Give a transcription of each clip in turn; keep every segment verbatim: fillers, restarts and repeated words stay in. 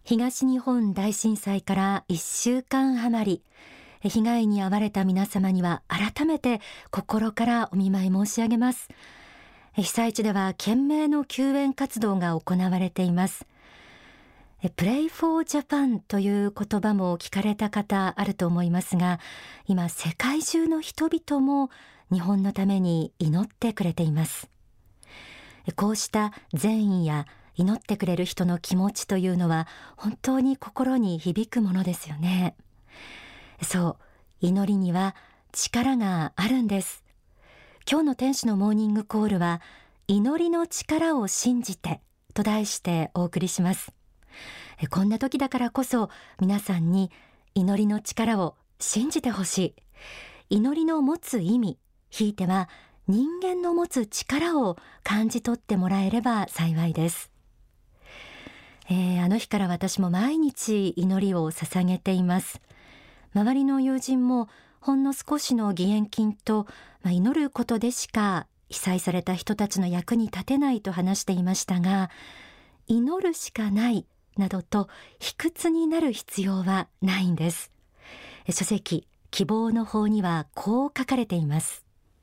東日本大震災からいっしゅうかん余り、被害に遭われた皆様には改めて心からお見舞い申し上げます。被災地では懸命の救援活動が行われています。Pray for Japan という言葉も聞かれた方あると思いますが、今世界中の人々も日本のために祈ってくれています。こうした善意や祈ってくれる人の気持ちというのは本当に心に響くものですよね。そう、祈りには力があるんです。今日の天使のモーニングコールは、祈りの力を信じてと題してお送りします。こんな時だからこそ皆さんに祈りの力を信じてほしい。祈りの持つ意味、ひいては人間の持つ力を感じ取ってもらえれば幸いです。えー、あの日から私も毎日祈りを捧げています。周りの友人もほんの少しの義援金と、まあ、祈ることでしか被災された人たちの役に立てないと話していましたが、祈るしかないなどと卑屈になる必要はないんです。書籍希望の方にはこう書かれています。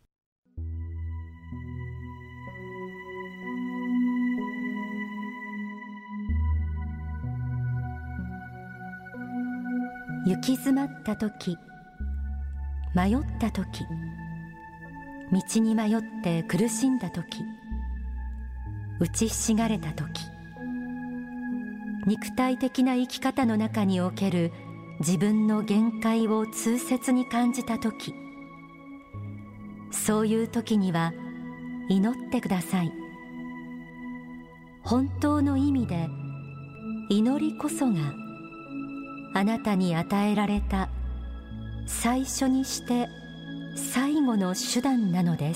行き詰まった時、迷った時、道に迷って苦しんだ時、打ちひしがれた時、肉体的な生き方の中における自分の限界を痛切に感じた時、そういう時には祈ってください。本当の意味で祈りこそがあなたに与えられた最初にして最後の手段なのです。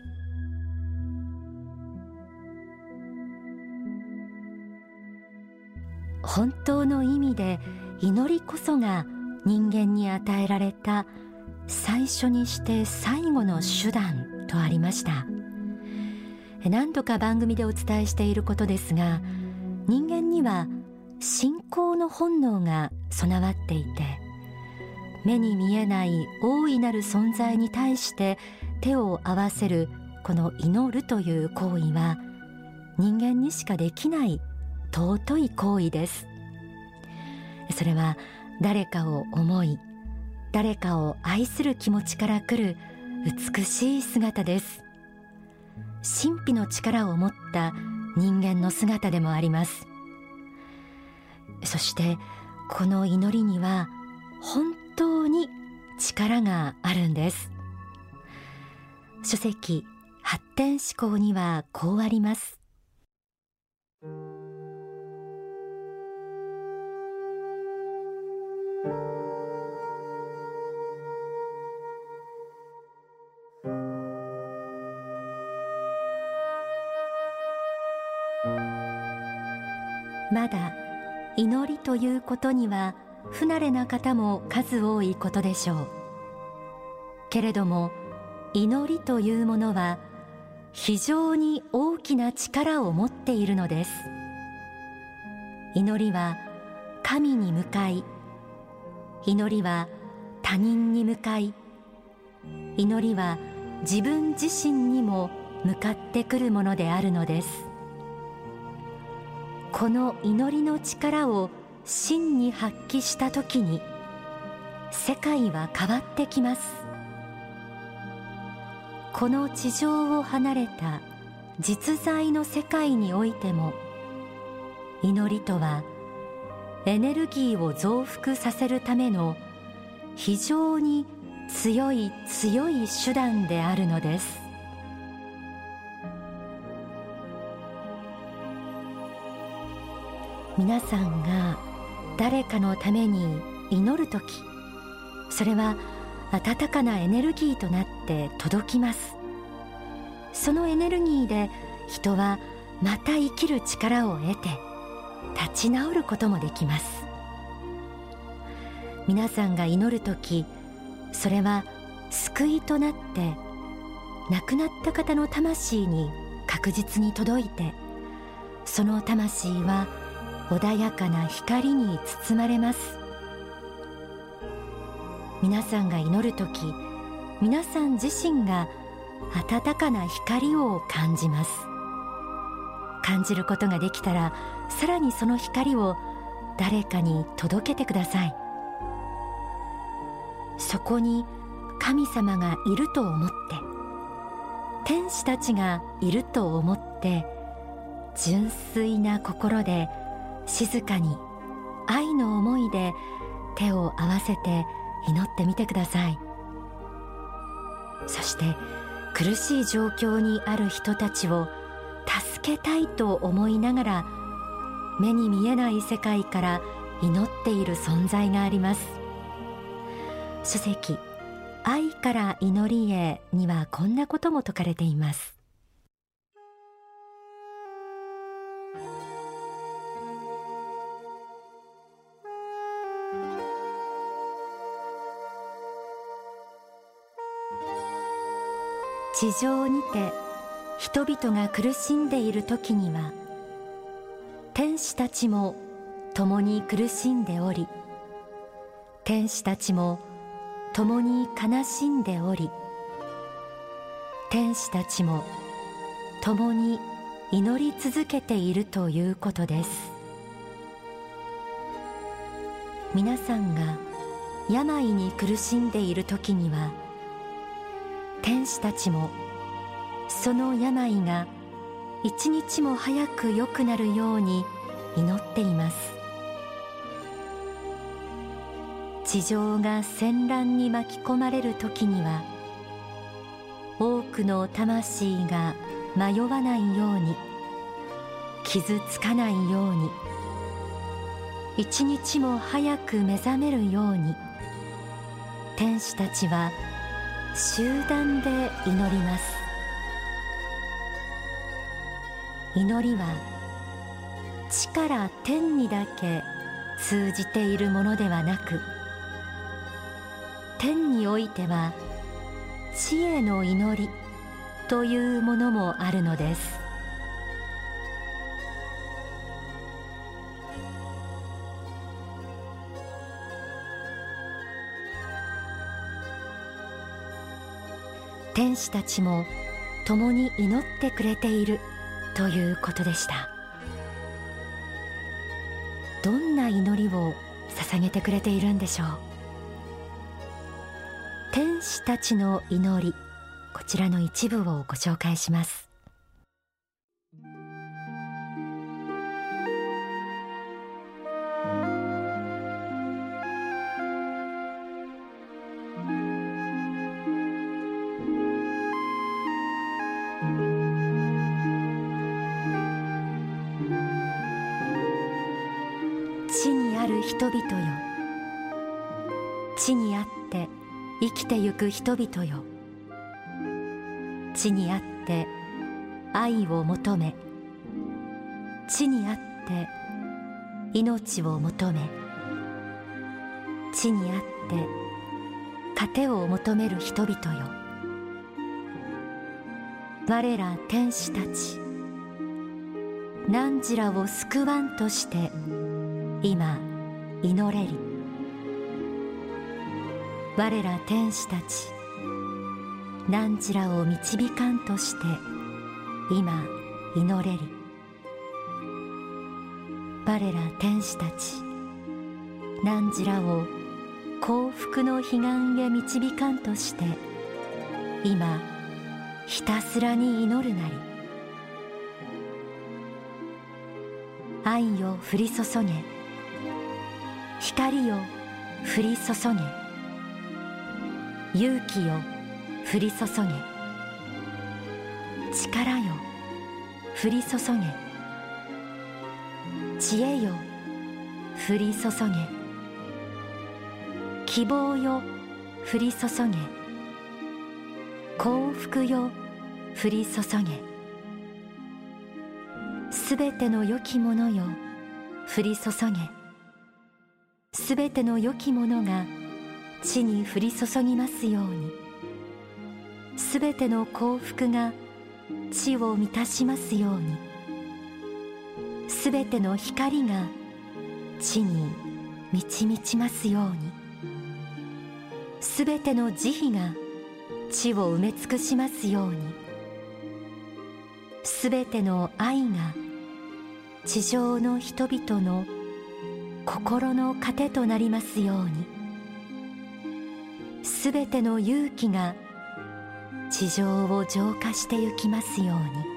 本当の意味で祈りこそが人間に与えられた最初にして最後の手段とありました。何度か番組でお伝えしていることですが、人間には信仰の本能が備わっていて、目に見えない大いなる存在に対して手を合わせるこの祈るという行為は人間にしかできない尊い行為です。それは誰かを思い、誰かを愛する気持ちから来る美しい姿です。神秘の力を持った人間の姿でもあります。そしてこの祈りには本当に力があるんです。書籍発展思考にはこうあります。まだ祈りということには不慣れな方も数多いことでしょう。けれども祈りというものは非常に大きな力を持っているのです。祈りは神に向かい、祈りは他人に向かい、祈りは自分自身にも向かってくるものであるのです。この祈りの力を真に発揮したときに世界は変わってきます。この地上を離れた実在の世界においても、祈りとはエネルギーを増幅させるための非常に強い強い手段であるのです。皆さんが誰かのために祈るとき、それは温かなエネルギーとなって届きます。そのエネルギーで人はまた生きる力を得て立ち直ることもできます。皆さんが祈るとき、それは救いとなって亡くなった方の魂に確実に届いて、その魂は穏やかな光に包まれます。皆さんが祈るとき、皆さん自身が温かな光を感じます。感じることができたら、さらにその光を誰かに届けてください。そこに神様がいると思って、天使たちがいると思って、純粋な心で静かに愛の思いで手を合わせて祈ってみてください。そして苦しい状況にある人たちを助けたいと思いながら、目に見えない世界から祈っている存在があります。書籍愛から祈りへにはこんなことも説かれています。地上にて人々が苦しんでいる時には、天使たちも共に苦しんでおり、天使たちも共に悲しんでおり、天使たちも共に祈り続けているということです。皆さんが病に苦しんでいる時には、天使たちもその病が一日も早く良くなるように祈っています。地上が戦乱に巻き込まれる時には、多くの魂が迷わないように、傷つかないように、一日も早く目覚めるように、天使たちは集団で祈ります。祈りは地から天にだけ通じているものではなく、天においては地への祈りというものもあるのです。天使たちも共に祈ってくれているということでした。どんな祈りを捧げてくれているんでしょう。天使たちの祈り、こちらの一部をご紹介します。地にある人々よ、地にあって生きてゆく人々よ、地にあって愛を求め、地にあって命を求め、地にあって糧を求める人々よ、我ら天使たち、汝らを救わんとして今祈れり。我ら天使たち、汝らを導かんとして今祈れり。我ら天使たち、汝らを幸福の彼岸へ導かんとして今ひたすらに祈るなり。愛を降り注げ、光よ降り注げ、勇気よ降り注げ、力よ降り注げ、知恵よ降り注げ、希望よ降り注げ、幸福よ降り注げ、すべての良きものよ降り注げ。すべての良きものが地に降り注ぎますように。すべての幸福が地を満たしますように。 すべての光が地に満ち満ちますように、すべての慈悲が地を埋め尽くしますように、すべての愛が地上の人々の心の糧となりますように、すべての勇気が地上を浄化してゆきますように。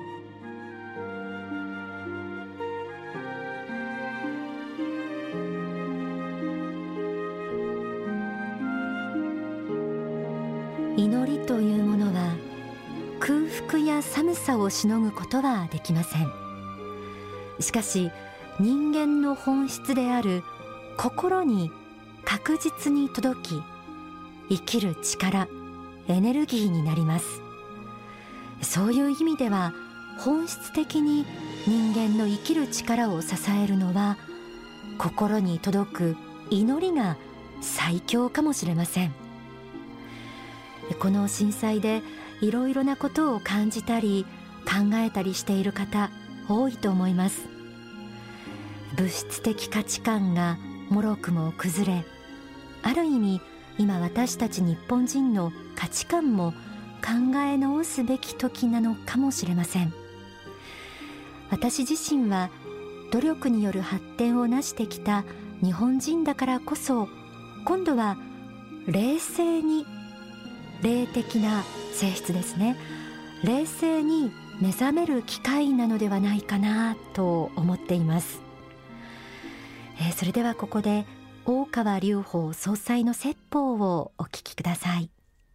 祈りというものは空腹や寒さをしのぐことはできません。しかし人間の本質である心に確実に届き、生きる力、エネルギーになります。そういう意味では本質的に人間の生きる力を支えるのは、心に届く祈りが最強かもしれません。この震災でいろいろなことを感じたり考えたりしている方多いと思います。物質的価値観がもろくも崩れ、ある意味今私たち日本人の価値観も考え直すべき時なのかもしれません。私自身は努力による発展を成してきた日本人だからこそ、今度は冷静に、霊的な性質ですね、冷静に目覚める機会なのではないかなと思っています。えー、それではここで大川隆法総裁の説法をお聞きください。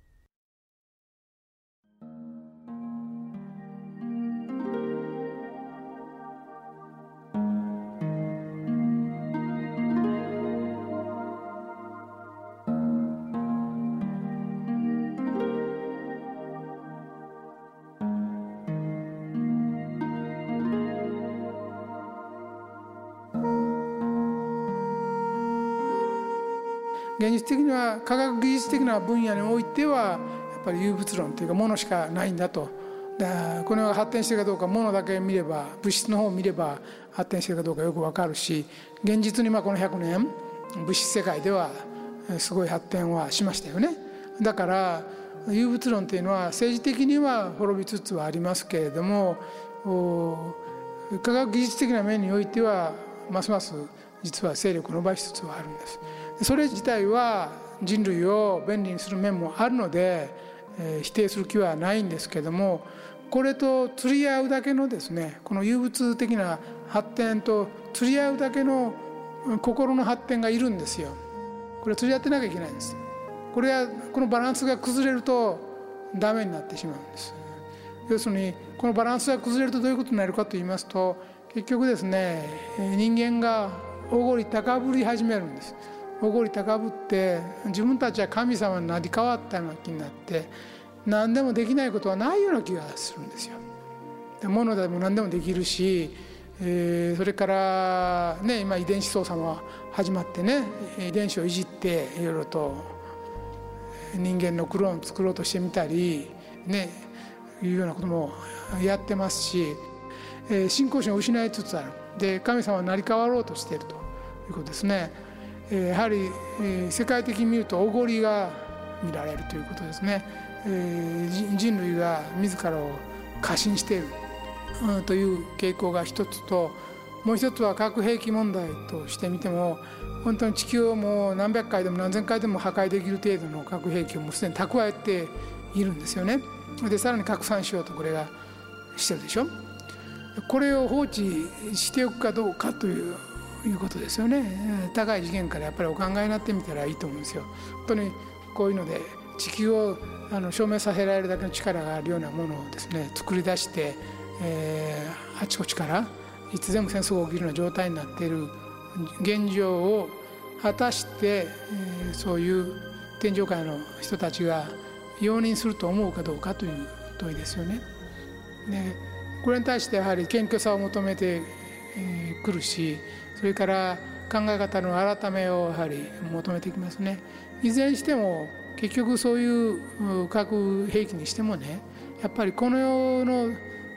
現実的には科学技術的な分野においてはやっぱり有物論というか、ものしかないんだと。だこの世が発展しているかどうか、ものだけ見れば、物質の方を見れば発展しているかどうかよくわかるし、現実にまあこのひゃくねん物質世界ではすごい発展はしましたよね。だから有物論というのは政治的には滅びつつはありますけれども、科学技術的な面においてはますます実は勢力を伸ばしつつはあるんです。それ自体は人類を便利にする面もあるので、えー、否定する気はないんですけども、これと釣り合うだけのですね、この有物的な発展と釣り合うだけの心の発展がいるんですよ。これ釣り合ってなきゃいけないんです。これはこのバランスが崩れるとダメになってしまうんです。要するにこのバランスが崩れるとどういうことになるかと言いますと、結局ですね、人間がおごり高ぶり始めるんです。おごり高ぶって自分たちは神様になり変わったような気になって、何でもできないことはないような気がするんですよ。物でも何でもできるし、えー、それからね、今遺伝子操作も始まってね、遺伝子をいじっていろいろと人間のクローンを作ろうとしてみたりね、いうようなこともやってますし、えー、信仰心を失いつつある。で、神様になり変わろうとしているということですね。やはり世界的に見るとおごりが見られるということですね。人類が自らを過信しているという傾向が一つと、もう一つは核兵器問題としてみても、本当に地球をもう何百回でも何千回でも破壊できる程度の核兵器をもうすでに蓄えているんですよね。でさらに拡散しようとこれがしてるでしょ。これを放置しておくかどうかといういうことですよね。高い次元からやっぱりお考えになってみたらいいと思うんですよ。本当にこういうので地球をあの証明させられるだけの力があるようなものをですね作り出して、えー、あちこちからいつでも戦争が起きるような状態になっている現状を果たして、えー、そういう天上界の人たちが容認すると思うかどうかという問いですよね。でこれに対してやはり謙虚さを求めてくるし、それから考え方の改めをやはり求めてきますね。いずれにしても結局そういう核兵器にしてもね、やっぱりこの世の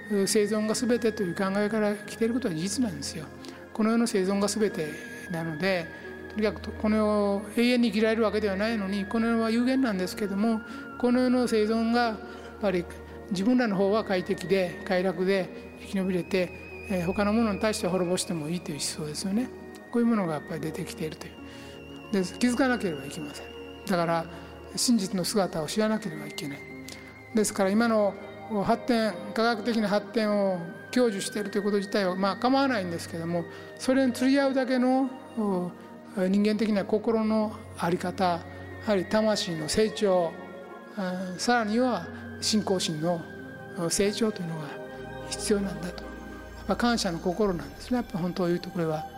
生存が全てという考えから来ていることは事実なんですよ。この世の生存が全てなので、とにかくこの世を永遠に生きられるわけではないのに、この世は有限なんですけども、この世の生存がやっぱり自分らの方は快適で快楽で生き延びれて、えー、他のものに対しては滅ぼしてもいいという思想ですよね。こういうものがやっぱり出てきているというで、気づかなければいけません。だから真実の姿を知らなければいけない。ですから今の発展、科学的な発展を享受しているということ自体はまあ構わないんですけども、それに釣り合うだけの人間的な心の在り方、やはり魂の成長、さらには信仰心の成長というのが必要なんだと。やっぱ感謝の心なんですね。やっぱ本当を言うとこれは。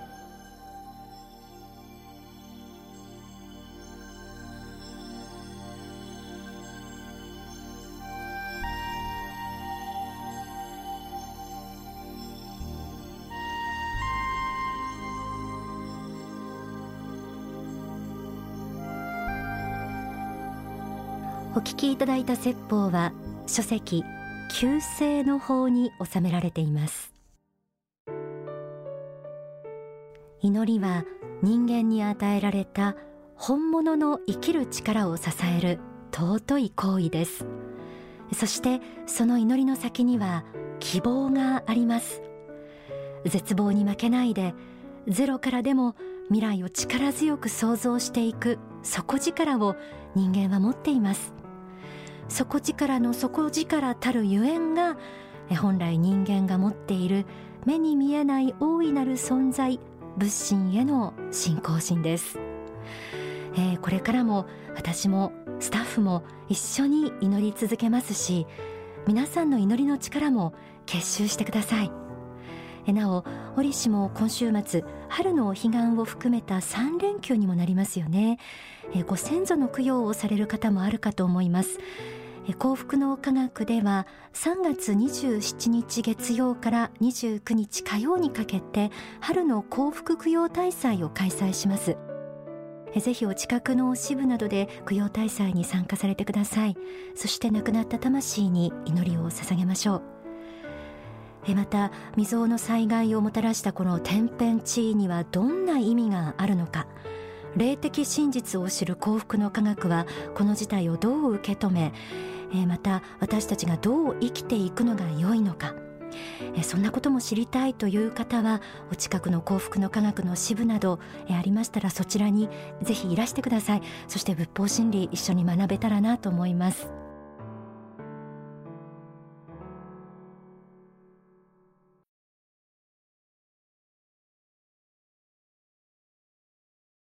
お聞きいただいた説法は書籍救世の法に収められています。祈りは人間に与えられた本物の生きる力を支える尊い行為です。そしてその祈りの先には希望があります。絶望に負けないで、ゼロからでも未来を力強く創造していく底力を人間は持っています。底力の底力たるゆえんが、本来人間が持っている目に見えない大いなる存在、仏心への信仰心です。えー、これからも私もスタッフも一緒に祈り続けますし、皆さんの祈りの力も結集してください。えなお、折しも今週末、春のお彼岸を含めたさん連休にもなりますよね。えご先祖の供養をされる方もあるかと思います。え幸福の科学ではさんがつにじゅうしちにち月曜からにじゅうくにち火曜にかけて春の幸福供養大祭を開催します。えぜひお近くの支部などで供養大祭に参加されてください。そして亡くなった魂に祈りを捧げましょう。えまた未曾有の災害をもたらしたこの天変地異にはどんな意味があるのか、霊的真実を知る幸福の科学はこの事態をどう受け止め、えまた私たちがどう生きていくのが良いのか、えそんなことも知りたいという方はお近くの幸福の科学の支部などえありましたら、そちらにぜひいらしてください。そして仏法真理一緒に学べたらなと思います。